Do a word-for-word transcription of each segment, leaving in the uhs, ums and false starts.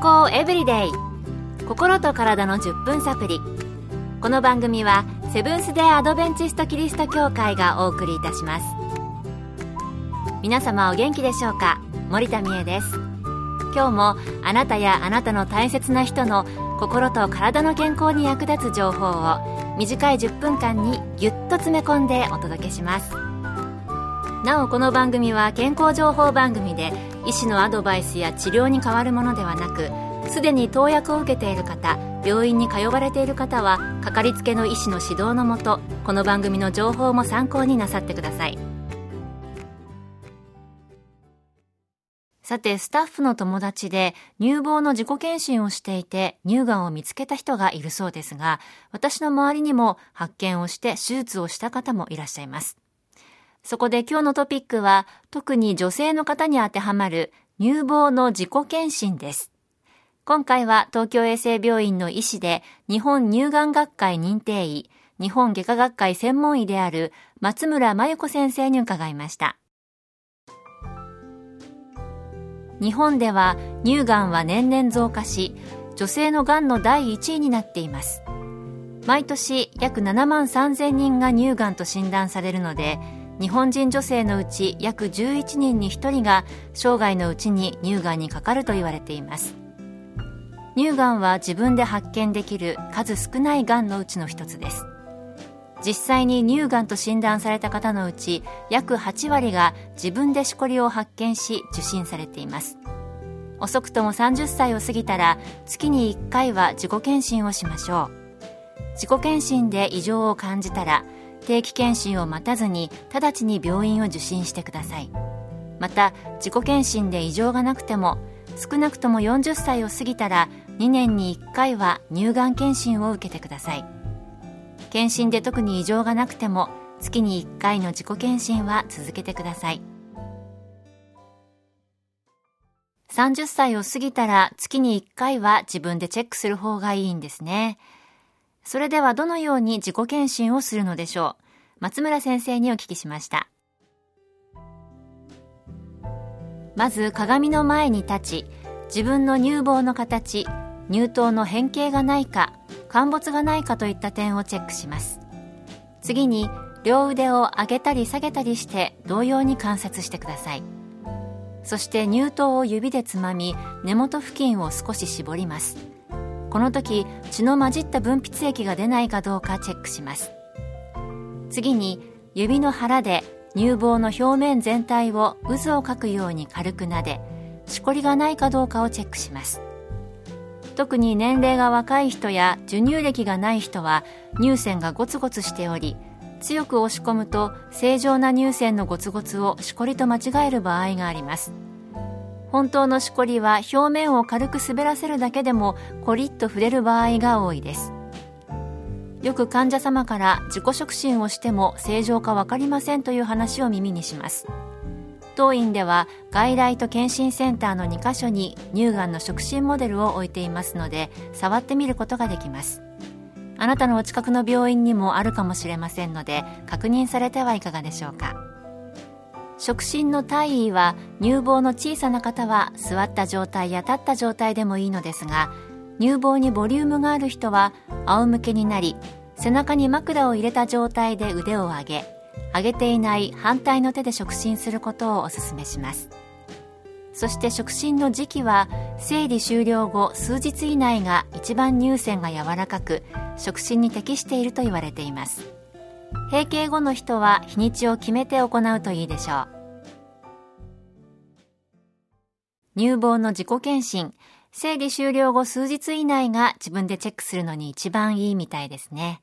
康エブリデイ、心と体のじゅっぷんサプリ。この番組はセブンス・デー・アドベンチスト・キリスト教会がお送りいたします。皆様お元気でしょうか。森田美恵です。今日もあなたやあなたの大切な人の心と体の健康に役立つ情報を短いじゅっぷんかんにぎゅっと詰め込んでお届けします。なおこの番組は健康情報番組で医師のアドバイスや治療に代わるものではなく、すでに投薬を受けている方、病院に通われている方はかかりつけの医師の指導のもと、この番組の情報も参考になさってください。さて、スタッフの友達で乳房の自己検診をしていて乳がんを見つけた人がいるそうですが、私の周りにも発見をして手術をした方もいらっしゃいます。そこで今日のトピックは、特に女性の方に当てはまる乳房の自己検診です。今回は東京衛生病院の医師で日本乳がん学会認定医、日本外科学会専門医である松村真由子先生に伺いました。日本では乳がんは年々増加し、女性のがんのだいいちいになっています。毎年約ななまんさんぜんにんが乳がんと診断されるので、日本人女性のうち約じゅういちにんにひとりが生涯のうちに乳がんにかかると言われています。乳がんは自分で発見できる数少ないがんのうちの一つです。実際に乳がんと診断された方のうち約はちわりが自分でしこりを発見し受診されています。遅くともさんじゅっさいを過ぎたら月にいっかいは自己検診をしましょう。自己検診で異常を感じたら定期検診を待たずに直ちに病院を受診してください。また自己検診で異常がなくても少なくともよんじゅっさいを過ぎたらにねんにいっかいは乳がん検診を受けてください。検診で特に異常がなくても月にいっかいの自己検診は続けてください。さんじゅっさいを過ぎたら月にいっかいは自分でチェックする方がいいんですね。それではどのように自己検診をするのでしょう。松村先生にお聞きしました。まず鏡の前に立ち、自分の乳房の形、乳頭の変形がないか、陥没がないかといった点をチェックします。次に両腕を上げたり下げたりして同様に観察してください。そして乳頭を指でつまみ、根元付近を少し絞ります。この時血の混じった分泌液が出ないかどうかチェックします。次に指の腹で乳房の表面全体を渦を描くように軽く撫で、しこりがないかどうかをチェックします。特に年齢が若い人や授乳歴がない人は乳腺がゴツゴツしており、強く押し込むと正常な乳腺のゴツゴツをしこりと間違える場合があります。本当のしこりは表面を軽く滑らせるだけでもコリッと触れる場合が多いです。よく患者様から自己触診をしても正常か分かりませんという話を耳にします。当院では外来と検診センターのにかしょに乳がんの触診モデルを置いていますので、触ってみることができます。あなたのお近くの病院にもあるかもしれませんので、確認されてはいかがでしょうか。触診の体位は乳房の小さな方は座った状態や立った状態でもいいのですが、乳房にボリュームがある人は仰向けになり、背中に枕を入れた状態で腕を上げ、上げていない反対の手で触診することをお勧めします。そして触診の時期は生理終了後数日以内が一番乳腺が柔らかく、触診に適していると言われています。閉経後の人は日にちを決めて行うといいでしょう。乳房の自己検診、生理終了後数日以内が自分でチェックするのに一番いいみたいですね。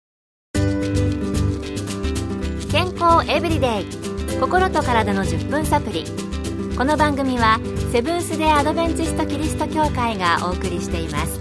健康エブリデイ、心と体のじゅっぷんサプリ。この番組はセブンス・デー・アドベンチスト・キリスト教会がお送りしています。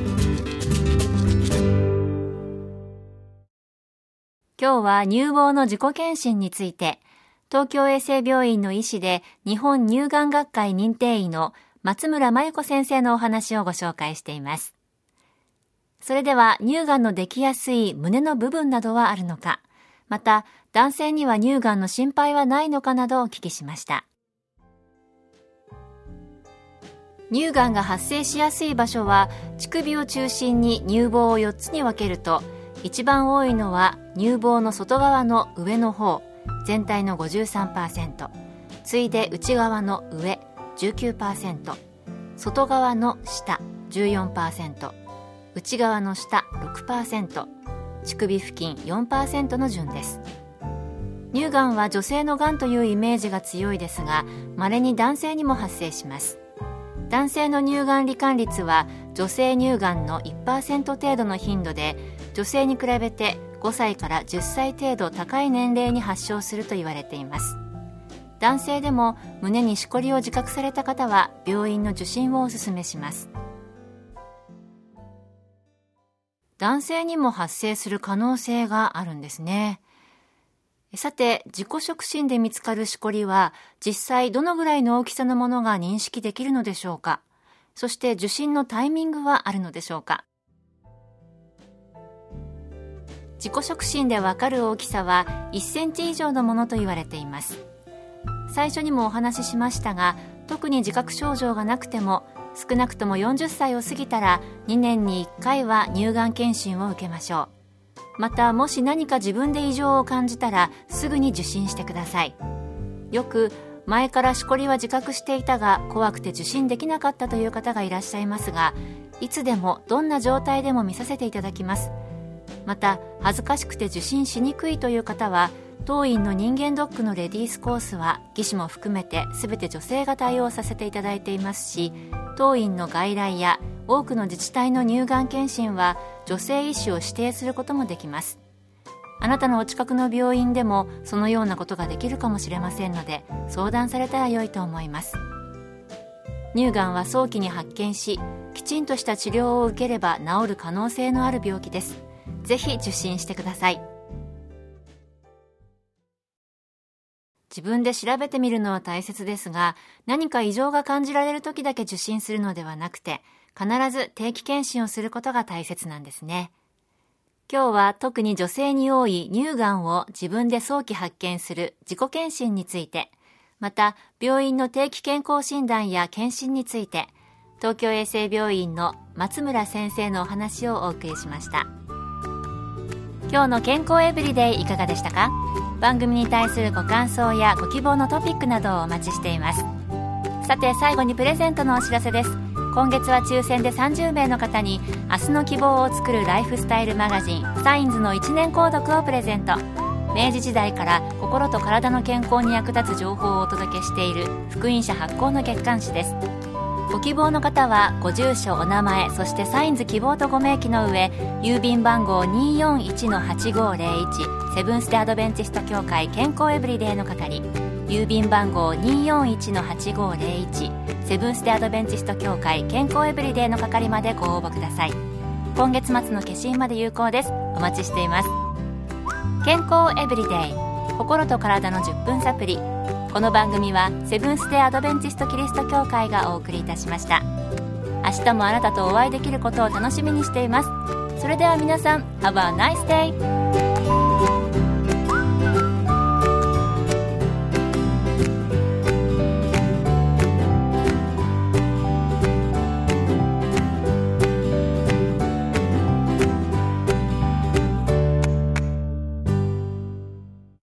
今日は乳房の自己検診について、東京衛生病院の医師で日本乳がん学会認定医の松村真由子先生のお話をご紹介しています。それでは乳がんのできやすい胸の部分などはあるのか、また男性には乳がんの心配はないのかなどをお聞きしました。 乳がんが発生しやすい場所は乳首を中心に乳房をよっつに分けると、一番多いのは乳房の外側の上の方、全体の ごじゅうさんパーセント、 次いで内側の上 じゅうきゅうパーセント、 外側の下 じゅうよんパーセント、 内側の下 ろくパーセント、 乳首付近 よんパーセント の順です。乳がんは女性のがんというイメージが強いですが、稀に男性にも発生します。男性の乳がん罹患率は女性乳がんの いちパーセント 程度の頻度で、女性に比べてごさいからじゅっさい程度高い年齢に発症すると言われています。男性でも胸にしこりを自覚された方は病院の受診をお勧めします。男性にも発生する可能性があるんですね。さて、自己触診で見つかるしこりは実際どのぐらいの大きさのものが認識できるのでしょうか。そして受診のタイミングはあるのでしょうか。自己触診でわかる大きさはいっセンチ以上のものと言われています。最初にもお話ししましたが、特に自覚症状がなくても少なくともよんじゅっさいを過ぎたらにねんにいっかいは乳がん検診を受けましょう。また、もし何か自分で異常を感じたらすぐに受診してください。よく前からしこりは自覚していたが怖くて受診できなかったという方がいらっしゃいますが、いつでもどんな状態でも見させていただきます。また、恥ずかしくて受診しにくいという方は、当院の人間ドックのレディースコースは技師も含めて全て女性が対応させていただいていますし、当院の外来や多くの自治体の乳がん検診は女性医師を指定することもできます。あなたのお近くの病院でもそのようなことができるかもしれませんので、相談されたら良いと思います。乳がんは早期に発見し、きちんとした治療を受ければ治る可能性のある病気です。ぜひ受診してください。自分で調べてみるのは大切ですが、何か異常が感じられる時だけ受診するのではなくて、必ず定期検診をすることが大切なんですね。今日は特に女性に多い乳がんを自分で早期発見する自己検診について、また病院の定期健康診断や検診について、東京衛生病院の松村先生のお話をお送りしました。今日の健康エブリデイいかがでしたか？番組に対するご感想やご希望のトピックなどをお待ちしています。さて、最後にプレゼントのお知らせです。今月は抽選でさんじゅうめいの方に明日の希望を作るライフスタイルマガジンサインズのいちねん購読をプレゼント。明治時代から心と体の健康に役立つ情報をお届けしている福音社発行の月刊誌です。ご希望の方はご住所、お名前、そしてサインズ希望とご明記の上、郵便番号 にーよんいちのはちごーぜろいち セブンステアドベンチスト協会健康エブリデイの係、郵便番号 にーよんいちのはちごーぜろいち セブンステアドベンチスト協会健康エブリデイの係までご応募ください。今月末の消印まで有効です。お待ちしています。健康エブリデイ、心と体のじゅっぷんサプリ。この番組はセブンステアドベンチストキリスト教会がお送りいたしました。明日もあなたとお会いできることを楽しみにしています。それでは皆さん、Have a nice day!